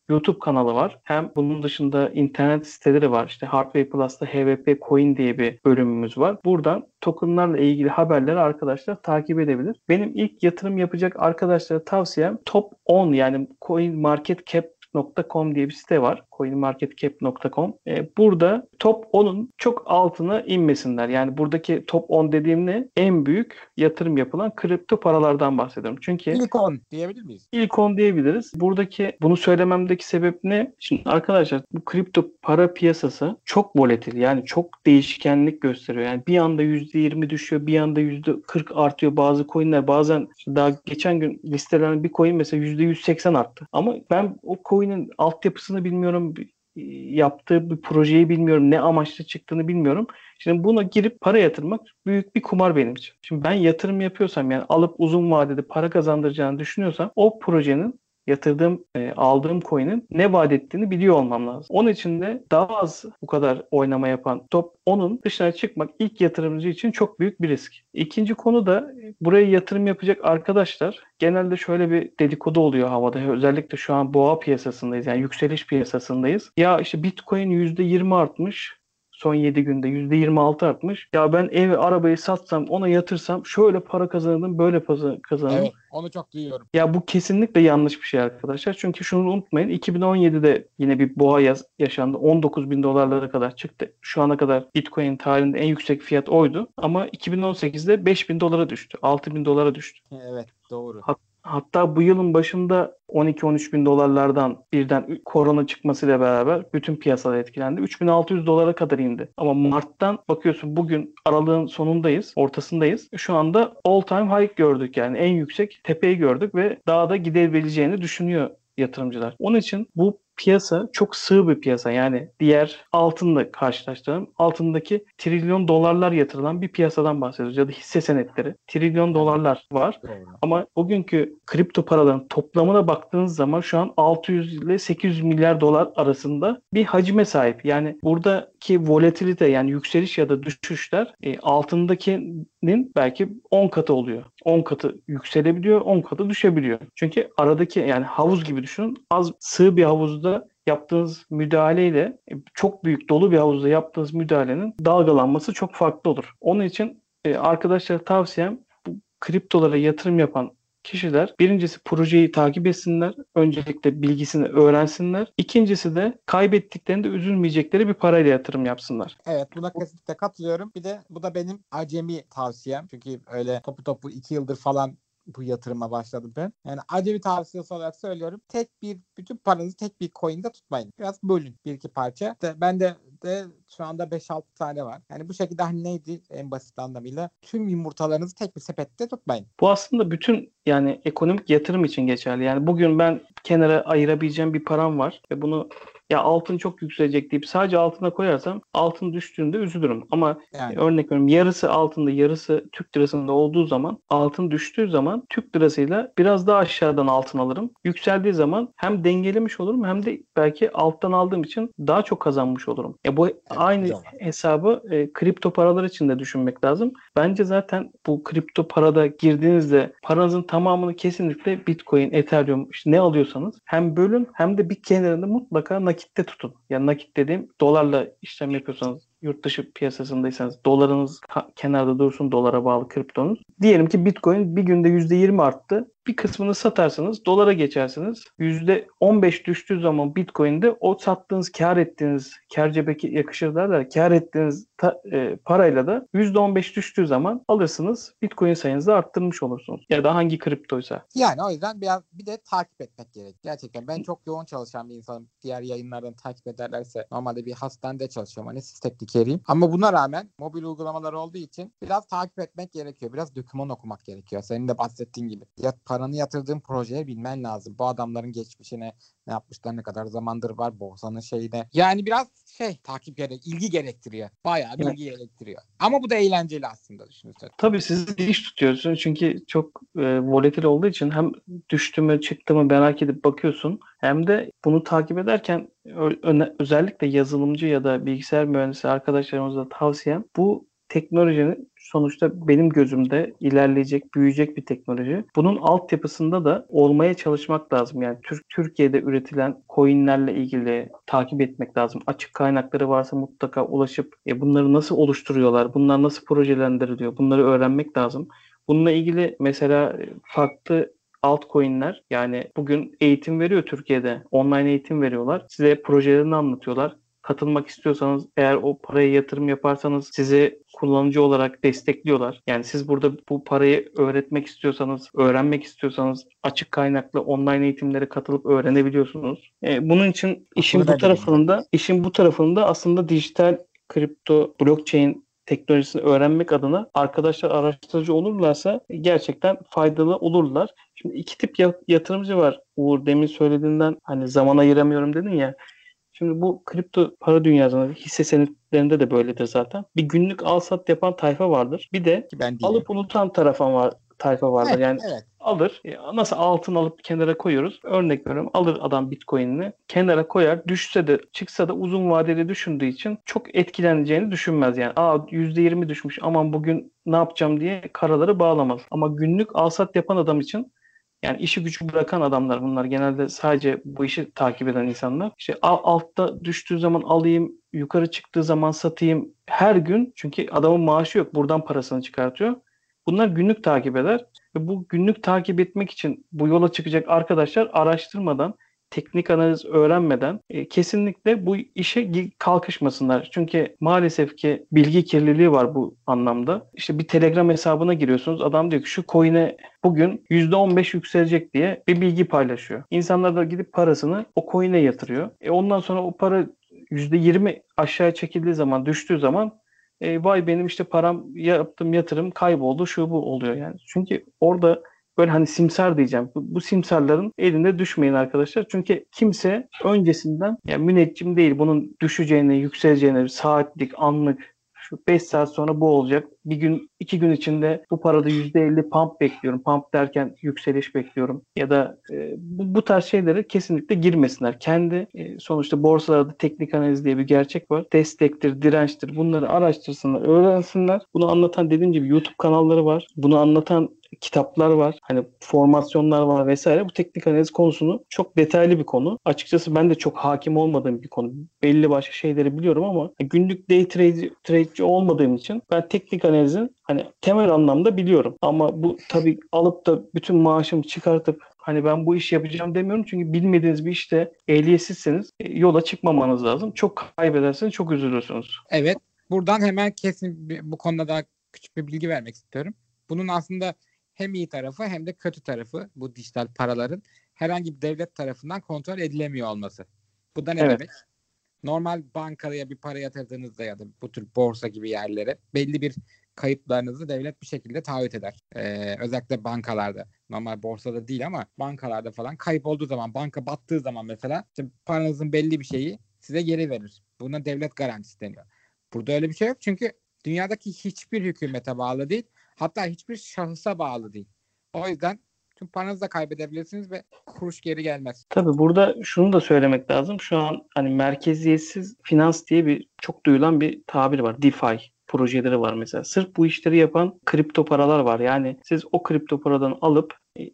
YouTube kanalı var. Hem bunun dışında internet siteleri var. İşte Hardware Plus'ta H V P Coin diye bir bölümümüz var. Buradan tokenlarla ilgili haberleri arkadaşlar takip edebilir. Benim ilk yatırım yapacak arkadaşlara tavsiyem top on, yani CoinMarketCap nokta com diye bir site var. coin market cap nokta com. E, burada top onun çok altına inmesinler. Yani buradaki top on dediğim ne? En büyük yatırım yapılan kripto paralardan bahsediyorum. Çünkü İlk on diyebilir miyiz? İlk on diyebiliriz. Buradaki bunu söylememdeki sebep ne? Şimdi arkadaşlar, bu kripto para piyasası çok volatil. Yani çok değişkenlik gösteriyor. Yani bir anda yüzde yirmi düşüyor, bir anda yüzde kırk artıyor bazı coinler. Bazen işte daha geçen gün listelenen bir coin mesela yüzde yüz seksen arttı. Ama ben o coin'in altyapısını bilmiyorum, yaptığı bir projeyi bilmiyorum, ne amaçla çıktığını bilmiyorum. Şimdi buna girip para yatırmak büyük bir kumar benim için. Şimdi ben yatırım yapıyorsam, yani alıp uzun vadede para kazandıracağını düşünüyorsam, o projenin, yatırdığım, e, aldığım coin'in ne vaat ettiğini biliyor olmam lazım. Onun için de daha az bu kadar oynama yapan top onun dışına çıkmak ilk yatırımcı için çok büyük bir risk. İkinci konu da, buraya yatırım yapacak arkadaşlar genelde şöyle bir dedikodu oluyor havada. Özellikle şu an boğa piyasasındayız, yani yükseliş piyasasındayız. Ya işte Bitcoin yüzde yirmi artmış. Son yedi günde yüzde yirmi altı artmış. Ya ben evi, arabayı satsam, ona yatırsam şöyle para kazanırım, böyle para kazanırım. Evet, onu çok duyuyorum. Ya bu kesinlikle yanlış bir şey arkadaşlar. Çünkü şunu unutmayın. iki bin on yedide yine bir boğa yaz yaşandı. on dokuz bin dolarlara kadar çıktı. Şu ana kadar Bitcoin tarihinde en yüksek fiyat oydu. Ama iki bin on sekizde beş bin dolara düştü. altı bin dolara düştü. Evet, doğru. Hat- Hatta bu yılın başında on iki on üç bin dolarlardan birden korona çıkmasıyla beraber bütün piyasalar etkilendi. üç bin altı yüz dolara kadar indi. Ama Mart'tan bakıyorsun, bugün aralığın sonundayız, ortasındayız. Şu anda all time high gördük, yani en yüksek tepeyi gördük ve daha da gidebileceğini düşünüyor yatırımcılar. Onun için bu piyasa çok sığ bir piyasa. Yani diğer altınla karşılaştıralım. Altındaki trilyon dolarlar yatırılan bir piyasadan bahsediyoruz. Ya da hisse senetleri. Trilyon Evet. dolarlar var. Doğru. Ama bugünkü kripto paraların toplamına baktığınız zaman şu an altı yüz ile sekiz yüz milyar dolar arasında bir hacme sahip. Yani buradaki volatilite, yani yükseliş ya da düşüşler e, altındakinin belki on katı oluyor. on katı yükselebiliyor, on katı düşebiliyor. Çünkü aradaki, yani havuz gibi düşünün. Az sığ bir havuzda yaptığınız müdahaleyle e, çok büyük dolu bir havuzda yaptığınız müdahalenin dalgalanması çok farklı olur. Onun için e, arkadaşlara tavsiyem, bu kriptolara yatırım yapan kişiler birincisi projeyi takip etsinler. Öncelikle bilgisini öğrensinler. İkincisi de kaybettiklerinde üzülmeyecekleri bir parayla yatırım yapsınlar. Evet, buna kesinlikle katılıyorum. Bir de bu da benim acemi tavsiyem. Çünkü öyle topu topu iki yıldır falan bu yatırıma başladım ben. Yani acemi tavsiyesi olarak söylüyorum. Tek bir, bütün paranızı tek bir coin'de tutmayın. Biraz bölün, bir iki parça. De, ben de de şu anda beş altı tane var. Yani bu şekilde, hani neydi en basit anlamıyla, tüm yumurtalarınızı tek bir sepette tutmayın. Bu aslında bütün, yani ekonomik yatırım için geçerli. Yani bugün ben kenara ayırabileceğim bir param var ve bunu, ya altın çok yükselecek deyip sadece altına koyarsam, altın düştüğünde üzülürüm. Ama Yani. e, örnek veriyorum, yarısı altında yarısı Türk lirasında olduğu zaman, altın düştüğü zaman Türk lirasıyla biraz daha aşağıdan altın alırım. Yükseldiği zaman hem dengelemiş olurum, hem de belki alttan aldığım için daha çok kazanmış olurum. Ya bu Evet, aynı güzel. hesabı e, kripto paralar için de düşünmek lazım. Bence zaten bu kripto parada girdiğinizde paranızın tamamını kesinlikle Bitcoin, Ethereum, işte ne alıyorsanız hem bölün, hem de bir kenarında mutlaka nakitte tutun. Yani nakit dediğim, dolarla işlem yapıyorsanız, yurt dışı piyasasındaysanız dolarınız ka- kenarda dursun, dolara bağlı kriptonuz. Diyelim ki Bitcoin bir günde yüzde yirmi arttı. Bir kısmını satarsınız, dolara geçersiniz. yüzde on beş düştüğü zaman Bitcoin'de o sattığınız, kar ettiğiniz, kar cebe yakışır derler, kar ettiğiniz ta, e, parayla da yüzde on beş düştüğü zaman alırsınız. Bitcoin sayınızı arttırmış olursunuz. Ya da hangi kriptoysa. Yani o yüzden biraz bir de takip etmek gerek. Gerçekten ben çok yoğun çalışan bir insanım. Diğer yayınlardan takip ederlerse, normalde bir hastanede çalışıyorum. Hani siz teknikeriyim. Ama buna rağmen mobil uygulamalar olduğu için biraz takip etmek gerekiyor. Biraz doküman okumak gerekiyor. Senin de bahsettiğin gibi. Ya paranı yatırdığın projeye bilmen lazım. Bu adamların geçmişine, ne yapmışlar, ne kadar zamandır var, borsanın şeyine. Yani biraz şey, takip gerek, ilgi gerektiriyor. Bayağı bir Evet. ilgi gerektiriyor. Ama bu da eğlenceli aslında, düşünürsen. Tabii sizi diş tutuyorsun, çünkü çok e, volatil olduğu için hem düştü mü çıktı mı merak edip bakıyorsun, hem de bunu takip ederken ö- öne- özellikle yazılımcı ya da bilgisayar mühendisi arkadaşlarımıza tavsiyem, bu teknolojinin sonuçta benim gözümde ilerleyecek, büyüyecek bir teknoloji. Bunun altyapısında da olmaya çalışmak lazım. Yani Türk Türkiye'de üretilen coinlerle ilgili takip etmek lazım. Açık kaynakları varsa mutlaka ulaşıp e, bunları nasıl oluşturuyorlar, bunlar nasıl projelendiriliyor, bunları öğrenmek lazım. Bununla ilgili mesela farklı altcoin'ler, yani bugün eğitim veriyor Türkiye'de. Online eğitim veriyorlar. Size projelerini anlatıyorlar. Katılmak istiyorsanız, eğer o paraya yatırım yaparsanız sizi kullanıcı olarak destekliyorlar. Yani siz burada bu parayı öğretmek istiyorsanız, öğrenmek istiyorsanız açık kaynaklı online eğitimlere katılıp öğrenebiliyorsunuz. E, bunun için işin bu Katılabilirim. tarafında, işin bu tarafında aslında dijital kripto, blockchain teknolojisini öğrenmek adına arkadaşlar araştırıcı olurlarsa gerçekten faydalı olurlar. Şimdi iki tip yatırımcı var. Uğur, demin söylediğinden hani zaman ayıramıyorum dedin ya. Şimdi bu kripto para dünyasında hisse senetlerinde de böyledir zaten. Bir günlük al sat yapan tayfa vardır. Bir de Ki ben değilim. alıp unutan tarafa var, tayfa vardır. Evet, Yani evet. alır. e, Nasıl altın alıp kenara koyuyoruz. Örnek veriyorum. Alır adam Bitcoin'ini kenara koyar. Düşse de çıksa da uzun vadeli düşündüğü için çok etkileneceğini düşünmez. Yani aa yüzde yirmi düşmüş, aman bugün ne yapacağım diye karaları bağlamaz. Ama günlük al sat yapan adam için, yani işi gücü bırakan adamlar bunlar. Genelde sadece bu işi takip eden insanlar. İşte altta düştüğü zaman alayım, yukarı çıktığı zaman satayım. Her gün, çünkü adamın maaşı yok. Buradan parasını çıkartıyor. Bunlar günlük takip eder. Ve bu günlük takip etmek için bu yola çıkacak arkadaşlar araştırmadan, teknik analiz öğrenmeden e, kesinlikle bu işe kalkışmasınlar. Çünkü maalesef ki bilgi kirliliği var bu anlamda. İşte bir Telegram hesabına giriyorsunuz. Adam diyor ki şu coin'e bugün yüzde on beş yükselecek diye bir bilgi paylaşıyor. İnsanlar da gidip parasını o coin'e yatırıyor. E ondan sonra o para yüzde yirmi aşağıya çekildiği zaman, düştüğü zaman e, vay benim işte param, yaptığım yatırım kayboldu, şu bu oluyor yani. Çünkü orada böyle hani simsar diyeceğim. Bu, bu simsarların elinde düşmeyin arkadaşlar. Çünkü kimse öncesinden yani müneccim değil. Bunun düşeceğini, yükseleceğini, saatlik, anlık, şu beş saat sonra bu olacak. Bir gün, iki gün içinde bu parada yüzde elli pump bekliyorum. Pump derken yükseliş bekliyorum. Ya da e, bu, bu tarz şeylere kesinlikle girmesinler. Kendi e, sonuçta borsalarda teknik analiz diye bir gerçek var. Destektir, dirençtir. Bunları araştırsınlar, öğrensinler. Bunu anlatan, dediğim gibi, YouTube kanalları var. Bunu anlatan kitaplar var. Hani formasyonlar var vesaire. Bu teknik analiz konusunu çok detaylı bir konu. Açıkçası ben de çok hakim olmadığım bir konu. Belli başlı şeyleri biliyorum ama günlük day trade, trade'ci olmadığım için ben teknik analizin hani temel anlamda biliyorum. Ama bu tabii alıp da bütün maaşımı çıkartıp hani ben bu işi yapacağım demiyorum. Çünkü bilmediğiniz bir işte ehliyetsizseniz e, yola çıkmamanız lazım. Çok kaybederseniz çok üzülürsünüz. Evet. Buradan hemen kesin bir, bu konuda daha küçük bir bilgi vermek istiyorum. Bunun aslında hem iyi tarafı hem de kötü tarafı bu dijital paraların herhangi bir devlet tarafından kontrol edilemiyor olması. Bu da ne Evet. demek? Normal bankaya bir para yatırdığınızda ya da bu tür borsa gibi yerlere belli bir kayıplarınızı devlet bir şekilde taahhüt eder. Ee, özellikle bankalarda, normal borsada değil ama bankalarda falan kayıp olduğu zaman, banka battığı zaman mesela işte paranızın belli bir şeyi size geri verir. Buna devlet garantisi deniyor. Burada öyle bir şey yok çünkü dünyadaki hiçbir hükümete bağlı değil, hatta hiçbir şahısa bağlı değil. O yüzden tüm paranızı da kaybedebilirsiniz ve kuruş geri gelmez. Tabii burada şunu da söylemek lazım. Şu an hani merkeziyetsiz finans diye bir çok duyulan bir tabir var. DeFi projeleri var mesela. Sırf bu işleri yapan kripto paralar var. Yani siz o kripto paradan alıp e,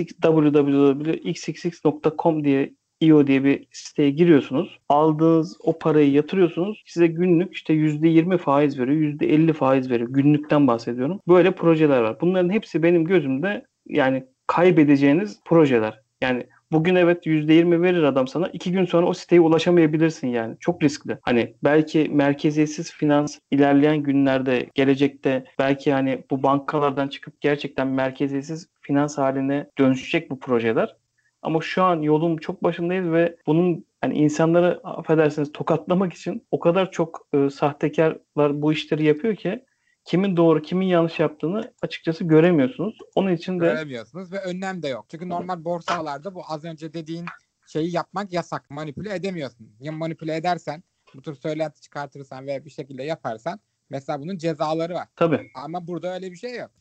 w w w nokta x x x nokta com diye i o diye bir siteye giriyorsunuz. Aldığınız o parayı yatırıyorsunuz. Size günlük işte yüzde yirmi faiz veriyor, yüzde elli faiz veriyor. Günlükten bahsediyorum. Böyle projeler var. Bunların hepsi benim gözümde yani kaybedeceğiniz projeler. Yani bugün evet yüzde yirmi verir adam sana. iki gün sonra o siteye ulaşamayabilirsin yani. Çok riskli. Hani belki merkeziyetsiz finans ilerleyen günlerde, gelecekte belki hani bu bankalardan çıkıp gerçekten merkeziyetsiz finans haline dönüşecek bu projeler. Ama şu an yolun çok başındayız ve bunun hani insanları, affedersiniz, tokatlamak için o kadar çok e, sahtekarlar bu işleri yapıyor ki kimin doğru kimin yanlış yaptığını açıkçası göremiyorsunuz. Onun için de Göremiyorsunuz ve önlem de yok. Çünkü normal borsalarda bu az önce dediğin şeyi yapmak yasak. Manipüle edemiyorsun. Ya manipüle edersen, bu tür söylenti çıkartırsan ve bir şekilde yaparsan mesela bunun cezaları var. tabii Ama burada öyle bir şey yok. İşte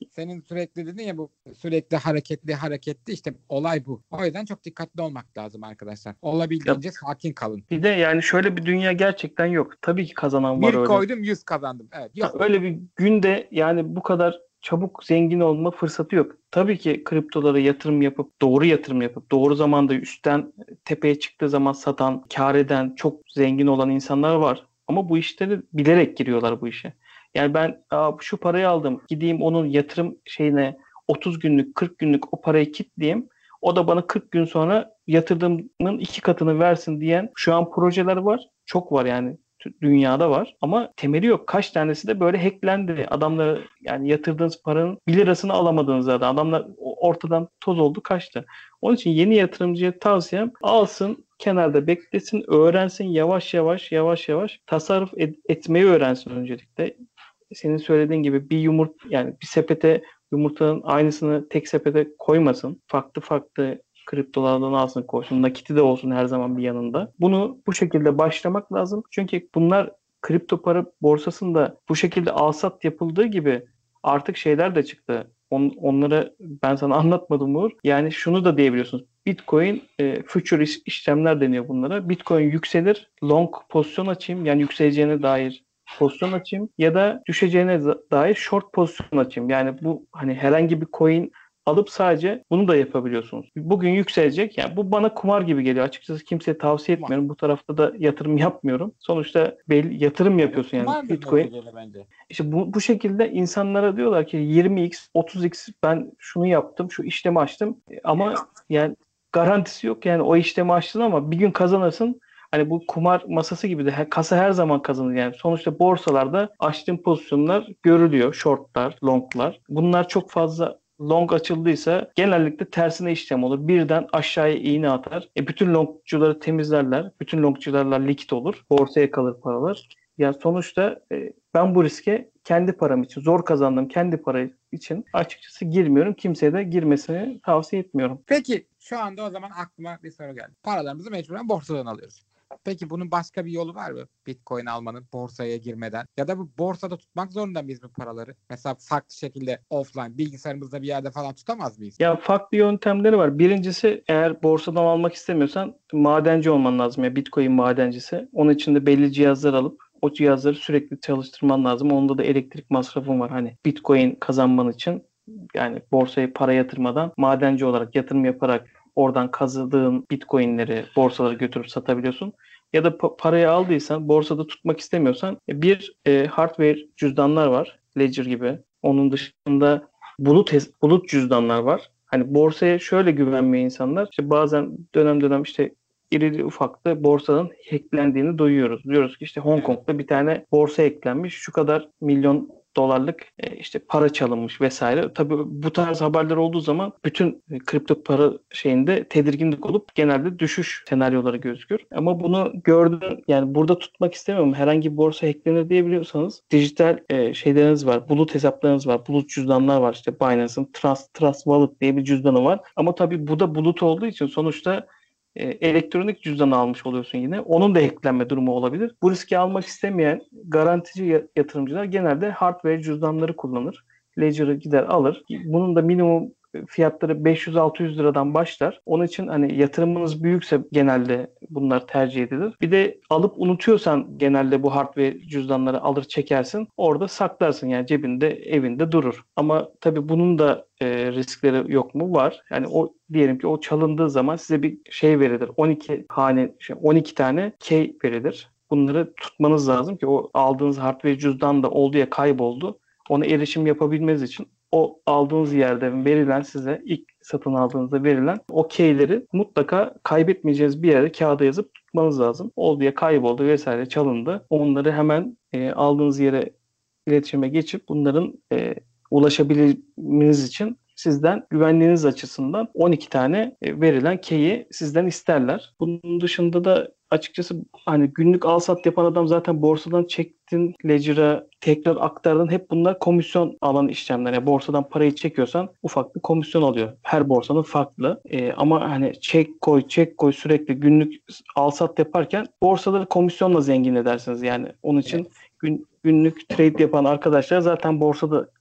senin sürekli dedin ya, bu sürekli hareketli hareketli, işte olay bu. O yüzden çok dikkatli olmak lazım arkadaşlar. Ya Olabildiğince sakin kalın. bir de yani şöyle bir dünya gerçekten yok. Tabii ki kazanan var Bir öyle. koydum yüz kazandım. Evet, Ha, yok. öyle bir günde yani bu kadar çabuk zengin olma fırsatı yok. Tabii ki kriptolara yatırım yapıp doğru yatırım yapıp doğru zamanda üstten tepeye çıktığı zaman satan, kâr eden, çok zengin olan insanlar var. Ama bu işleri bilerek giriyorlar bu işe. Yani ben Aa, şu parayı aldım, gideyim onun yatırım şeyine otuz günlük, kırk günlük o parayı kilitleyeyim. O da bana kırk gün sonra yatırdığımın iki katını versin diyen şu an projeler var. Çok var yani dünyada var ama temeli yok. Kaç tanesi de böyle hacklendi. Adamları yani yatırdığınız paranın bir lirasını alamadığınız zaten. Adamlar ortadan toz oldu kaçtı. Onun için yeni yatırımcıya tavsiyem alsın, kenarda beklesin, öğrensin yavaş yavaş yavaş yavaş tasarruf et- etmeyi öğrensin öncelikle. Senin söylediğin gibi bir yumurt yani bir sepete yumurtanın aynısını tek sepete koymasın. Farklı farklı kriptolardan alsın koysun. Nakiti de olsun her zaman bir yanında. Bunu bu şekilde başlamak lazım. Çünkü bunlar kripto para borsasında bu şekilde alsat yapıldığı gibi artık şeyler de çıktı. On, onları ben sana anlatmadım Uğur. Yani şunu da diyebiliyorsunuz. Bitcoin e, future iş- işlemler deniyor bunlara. Bitcoin yükselir. Long pozisyon açayım. Yani yükseleceğine dair pozisyon açayım ya da düşeceğine dair short pozisyon açayım. Yani bu hani herhangi bir coin alıp sadece bunu da yapabiliyorsunuz. Bugün yükselecek. Yani bu bana kumar gibi geliyor. Açıkçası kimseye tavsiye Kumar. etmiyorum. Bu tarafta da yatırım yapmıyorum. Sonuçta belli yatırım yapıyorsun yani. Kumardır Bitcoin neticede bence. işte bu, bu şekilde insanlara diyorlar ki yirmi x, otuz x ben şunu yaptım, şu işlemi açtım. Ama yani garantisi yok. Yani o işlemi açtın ama bir gün kazanırsın. Hani bu kumar masası gibi de kasa her zaman kazanır yani. Sonuçta borsalarda açtığın pozisyonlar görülüyor. Shortlar, longlar. Bunlar çok fazla long açıldıysa genellikle tersine işlem olur. Birden aşağıya iğne atar. E bütün longcuları temizlerler. Bütün longcularla likit olur. Borsaya kalır paralar. Yani sonuçta e, ben bu riske kendi param için, zor kazandığım kendi para için açıkçası girmiyorum. Kimseye de girmesini tavsiye etmiyorum. Peki şu anda o zaman aklıma bir soru geldi. Paralarımızı mecburen borsadan alıyoruz. Peki bunun başka bir yolu var mı? Bitcoin almanın borsaya girmeden. Ya da bu borsada tutmak zorunda mıyız bu paraları? Mesela farklı şekilde offline bilgisayarımızda bir yerde falan tutamaz mıyız? Ya farklı yöntemleri var. Birincisi eğer borsadan almak istemiyorsan madenci olman lazım. Ya Bitcoin madencisi. Onun için de belli cihazlar alıp o cihazları sürekli çalıştırman lazım. Onda da elektrik masrafın var. Hani Bitcoin kazanman için yani borsaya para yatırmadan madenci olarak yatırım yaparak oradan kazandığın Bitcoin'leri borsalara götürüp satabiliyorsun. Ya da pa- parayı aldıysan borsada tutmak istemiyorsan e, bir e, hardware cüzdanlar var. Ledger gibi. Onun dışında bulut hes- bulut cüzdanlar var. Hani borsaya şöyle güvenmiyor insanlar. İşte bazen dönem dönem işte irili ufaklı borsanın hacklendiğini duyuyoruz. Diyoruz ki işte Hong Evet. Kong'da bir tane borsa hacklenmiş. Şu kadar milyon dolarlık e, işte para çalınmış vesaire. Tabii bu tarz haberler olduğu zaman bütün e, kripto para şeyinde tedirginlik olup genelde düşüş senaryoları gözükür. Ama bunu gördüğün yani burada tutmak istemiyorum. Herhangi bir borsa hacklenir diyebiliyorsanız dijital e, şeyleriniz var. Bulut hesaplarınız var. Bulut cüzdanlar var. İşte Binance'ın Trust, Trust Wallet diye bir cüzdanı var. Ama tabii bu da bulut olduğu için sonuçta e, elektronik cüzdan almış oluyorsun yine. Onun da hacklenme durumu olabilir. Bu riski almak istemeyen garantici yatırımcılar genelde hardware cüzdanları kullanır. Ledger'ı gider alır. Bunun da minimum fiyatları beş yüz altı yüz liradan başlar. Onun için hani yatırımınız büyükse genelde bunlar tercih edilir. Bir de alıp unutuyorsan genelde bu hardware cüzdanları alır çekersin. Orada saklarsın yani cebinde evinde durur. Ama tabii bunun da e, riskleri yok mu? Var. Yani o diyelim ki o çalındığı zaman size bir şey verilir. on iki hane şey, on iki tane key verilir. Bunları tutmanız lazım ki o aldığınız hardware cüzdan da oldu ya kayboldu. Ona erişim yapabilmeniz için o aldığınız yerde verilen size ilk satın aldığınızda verilen o keyleri mutlaka kaybetmeyeceğiniz bir yere kağıda yazıp tutmanız lazım. Oldu ya kayboldu vesaire çalındı. Onları hemen e, aldığınız yere iletişime geçip bunların e, ulaşabilmeniz için sizden güvenliğiniz açısından on iki tane e, verilen key'i sizden isterler. Bunun dışında da açıkçası hani günlük al sat yapan adam zaten borsadan çektin Ledger'a tekrar aktardın hep bunlar komisyon alan işlemler. Yani borsadan parayı çekiyorsan ufak bir komisyon alıyor. Her borsanın farklı. E, ama hani çek koy çek koy sürekli günlük al sat yaparken borsaları komisyonla zengin edersiniz. Yani onun için Evet. gün, günlük trade yapan arkadaşlar zaten borsada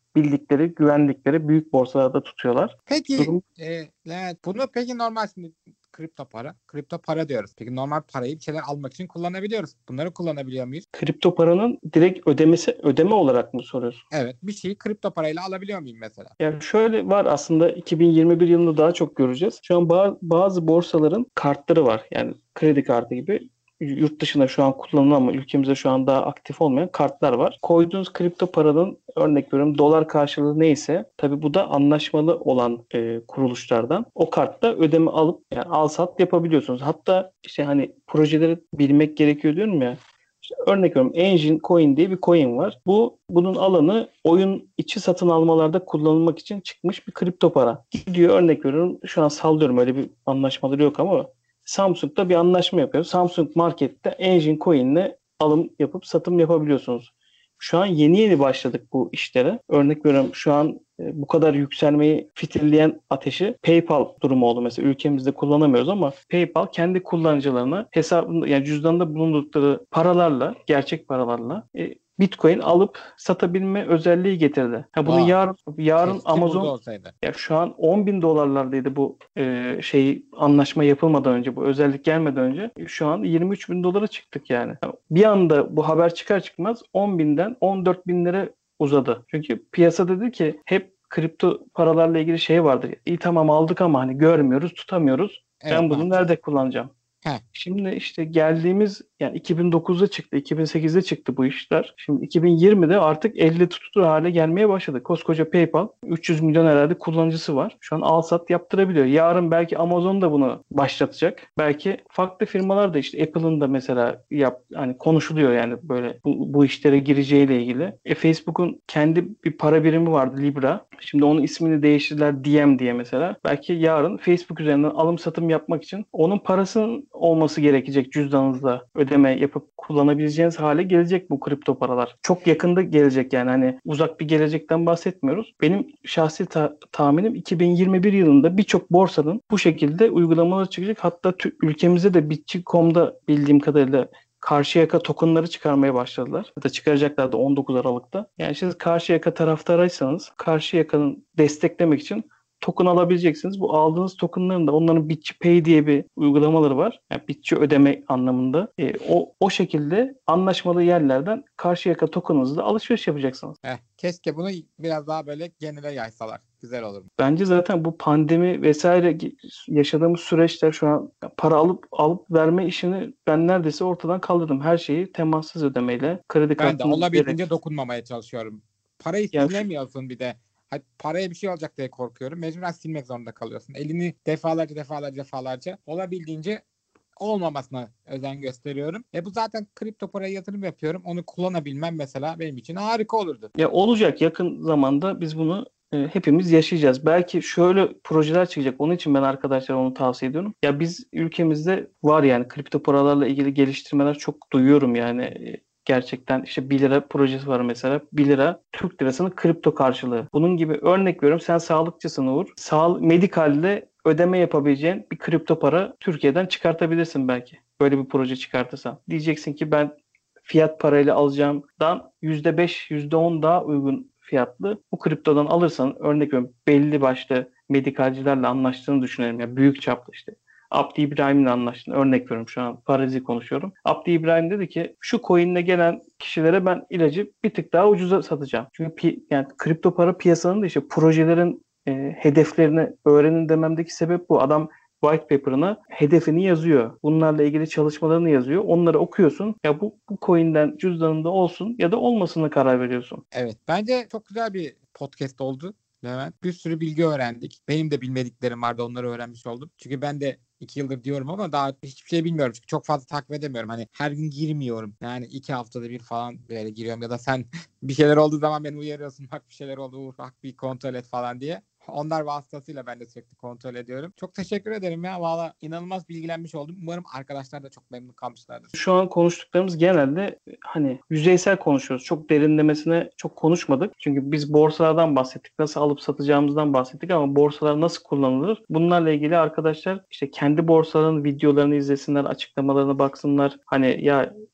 bildikleri, güvendikleri büyük borsalarda tutuyorlar. Peki Durum e, Levent, bunu peki normal şimdi kripto para, kripto para diyoruz. Peki normal parayı bir şeyler almak için kullanabiliyoruz. Bunları kullanabiliyor muyuz? kripto paranın direkt ödemesi ödeme olarak mı soruyorsun? Evet, bir şeyi kripto parayla alabiliyor muyum mesela? Yani şöyle var aslında iki bin yirmi bir yılında daha çok göreceğiz. Şu an ba- bazı borsaların kartları var. Yani kredi kartı gibi yurt dışında şu an kullanılan ama ülkemizde şu an daha aktif olmayan kartlar var. Koyduğunuz kripto paranın örnek veriyorum dolar karşılığı neyse tabii bu da anlaşmalı olan e, kuruluşlardan o kartla ödeme alıp yani al sat yapabiliyorsunuz. Hatta işte hani projeleri bilmek gerekiyor diyorum ya. İşte örnek veriyorum Engine Coin diye bir coin var. Bu bunun alanı oyun içi satın almalarda kullanılmak için çıkmış bir kripto para. Gidiyor örnek veriyorum şu an sallıyorum öyle bir anlaşmaları yok ama Samsung'da bir anlaşma yapıyor. Samsung Market'te Engine Coin'le alım yapıp satım yapabiliyorsunuz. Şu an yeni yeni başladık bu işlere. Örnek veriyorum şu an e, bu kadar yükselmeyi fitilleyen ateşi PayPal durumu oldu. Mesela ülkemizde kullanamıyoruz ama PayPal kendi kullanıcılarına hesabında yani cüzdanında bulundukları paralarla, gerçek paralarla e, Bitcoin alıp satabilme özelliği getirdi. Ha bunu Vay, yarın yarın keşke burada Amazon olsaydı. ya şu an on bin dolarlardaydı bu e, şey anlaşma yapılmadan önce bu özellik gelmeden önce şu an yirmi üç bin dolara çıktık yani. Bir anda bu haber çıkar çıkmaz on binden on dört binlere uzadı. Çünkü piyasa dedi ki hep kripto paralarla ilgili şey vardır. İyi tamam aldık ama hani görmüyoruz, tutamıyoruz. Evet, Ben bunu maalesef. nerede kullanacağım? Heh, Şimdi işte geldiğimiz yani iki bin dokuzda çıktı, iki bin sekizde çıktı bu işler. Şimdi iki bin yirmide artık elle tutulur hale gelmeye başladı. Koskoca PayPal üç yüz milyon herhalde kullanıcısı var. Şu an al sat yaptırabiliyor. Yarın belki Amazon da bunu başlatacak. Belki farklı firmalar da işte Apple'ın da mesela yap hani konuşuluyor yani böyle bu, bu işlere gireceğiyle ilgili. E, Facebook'un kendi bir para birimi vardı Libra. Şimdi onun ismini değiştirdiler D M diye mesela. Belki yarın Facebook üzerinden alım satım yapmak için onun parasının olması gerekecek cüzdanınızda ödeme yapıp kullanabileceğiniz hale gelecek bu kripto paralar. Çok yakında gelecek yani hani uzak bir gelecekten bahsetmiyoruz. Benim şahsi ta- tahminim iki bin yirmi bir yılında birçok borsanın bu şekilde uygulamaları çıkacak. Hatta tü- ülkemizde de Bitçi nokta com'da bildiğim kadarıyla Karşıyaka tokenları çıkarmaya başladılar. Ya da çıkaracaklar da on dokuz Aralık'ta. Yani siz Karşıyaka taraftarıysanız Karşıyaka'nın desteklemek için token alabileceksiniz. Bu aldığınız tokenların da onların Bitçi Pay diye bir uygulamaları var. Yani Bitçi ödeme anlamında. E, o o şekilde anlaşmalı yerlerden Karşıyaka tokenınızla alışveriş yapacaksınız. heh. Keşke bunu biraz daha böyle genele yaysalar. Güzel olur. Bence zaten bu pandemi vesaire yaşadığımız süreçler şu an para alıp alıp verme işini ben neredeyse ortadan kaldırdım. Her şeyi temassız ödemeyle kredi Ben de kartını vererek. olabildiğince dokunmamaya çalışıyorum. Parayı Yani şu, silemiyorsun bir de. Hadi paraya bir şey olacak diye korkuyorum. Mecburen silmek zorunda kalıyorsun. Elini defalarca defalarca defalarca olabildiğince olmamasına özen gösteriyorum. E bu zaten kripto paraya yatırım yapıyorum. Onu kullanabilmem mesela benim için harika olurdu. ya olacak yakın zamanda biz bunu e, hepimiz yaşayacağız. Belki şöyle projeler çıkacak. Onun için ben arkadaşlara onu tavsiye ediyorum. Ya biz ülkemizde var yani kripto paralarla ilgili geliştirmeler çok duyuyorum yani. E, Gerçekten işte bir lira projesi var mesela. bir lira Türk lirasının kripto karşılığı. Bunun gibi örnek veriyorum. Sen sağlıkçısın Uğur. Sağ, medikalde ödeme yapabileceğin bir kripto para Türkiye'den çıkartabilirsin belki. Böyle bir proje çıkartırsan. Diyeceksin ki ben fiyat parayla alacağımdan yüzde beş, yüzde on daha uygun fiyatlı bu kriptodan alırsan örnek veriyorum belli başlı medikalcilerle anlaştığını düşünelim. Yani büyük çaplı işte. Abdi İbrahim'le anlaştığını örnek veriyorum şu an farazi konuşuyorum. Abdi İbrahim dedi ki şu coin'le gelen kişilere ben ilacı bir tık daha ucuza satacağım. Çünkü pi- yani kripto para piyasanın da işte projelerin e, hedeflerini öğrenin dememdeki sebep bu. Adam white paper'ına hedefini yazıyor. Bunlarla ilgili çalışmalarını yazıyor. Onları okuyorsun. Ya bu, bu coin'den cüzdanında olsun ya da olmasına karar veriyorsun. Evet. Bence çok güzel bir podcast oldu. Levent. Bir sürü bilgi öğrendik. Benim de bilmediklerim vardı. Onları öğrenmiş oldum. Çünkü ben de iki yıldır diyorum ama daha hiçbir şey bilmiyorum. Çünkü çok fazla takip edemiyorum. Hani her gün girmiyorum. Yani iki haftada bir falan böyle giriyorum. Ya da sen bir şeyler olduğu zaman beni uyarıyorsun. Bak bir şeyler oldu. Uğur, bak bir kontrol et falan diye. Onlar vasıtasıyla ben de sürekli kontrol ediyorum. Çok teşekkür ederim ya. Valla inanılmaz bilgilenmiş oldum. Umarım arkadaşlar da çok memnun kalmışlardır. Şu an konuştuklarımız genelde hani yüzeysel konuşuyoruz. Çok derinlemesine çok konuşmadık. Çünkü biz borsalardan bahsettik. Nasıl alıp satacağımızdan bahsettik ama borsalar nasıl kullanılır? Bunlarla ilgili arkadaşlar işte kendi borsaların videolarını izlesinler, açıklamalarına baksınlar. Hani ya bu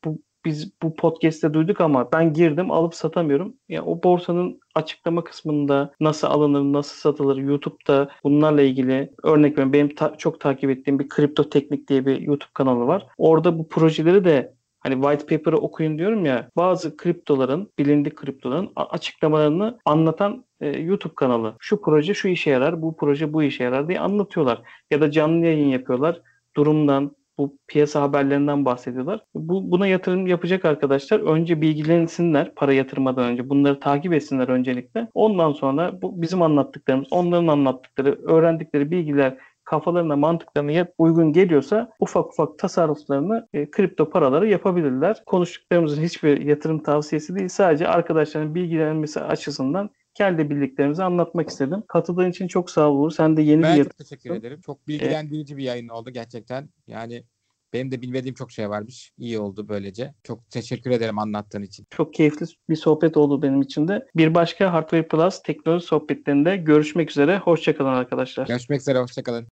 biz bu podcast'te duyduk ama ben girdim alıp satamıyorum. Ya o borsanın açıklama kısmında nasıl alınır, nasıl satılır, YouTube'da bunlarla ilgili örnek veriyorum. Benim ta- çok takip ettiğim bir Kripto Teknik diye bir YouTube kanalı var. Orada bu projeleri de hani white paper'ı okuyun diyorum ya, bazı kriptoların, bilindik kriptoların a- açıklamalarını anlatan e, YouTube kanalı. Şu proje şu işe yarar, bu proje bu işe yarar diye anlatıyorlar. Ya da canlı yayın yapıyorlar. Durumdan, bu piyasa haberlerinden bahsediyorlar. Bu, buna yatırım yapacak arkadaşlar önce bilgilensinler para yatırmadan önce. Bunları takip etsinler öncelikle. Ondan sonra bu bizim anlattıklarımız, onların anlattıkları, öğrendikleri bilgiler kafalarına, mantıklarına yap- uygun geliyorsa ufak ufak tasarruflarını e, kripto paraları yapabilirler. Konuştuklarımızın hiçbir yatırım tavsiyesi değil. Sadece arkadaşların bilgilenmesi açısından kendi bildiklerimizi anlatmak istedim. Katıldığın için çok sağ ol Uğur. Sen de yeni bir Ben çok teşekkür yatırımcısın. ederim. Çok E, bilgilendirici bir yayın oldu gerçekten. Yani benim de bilmediğim çok şey varmış. İyi oldu böylece. Çok teşekkür ederim anlattığın için. Çok keyifli bir sohbet oldu benim için de. Bir başka Hardware Plus teknoloji sohbetlerinde görüşmek üzere. Hoşça kalın arkadaşlar. Görüşmek üzere. Hoşçakalın.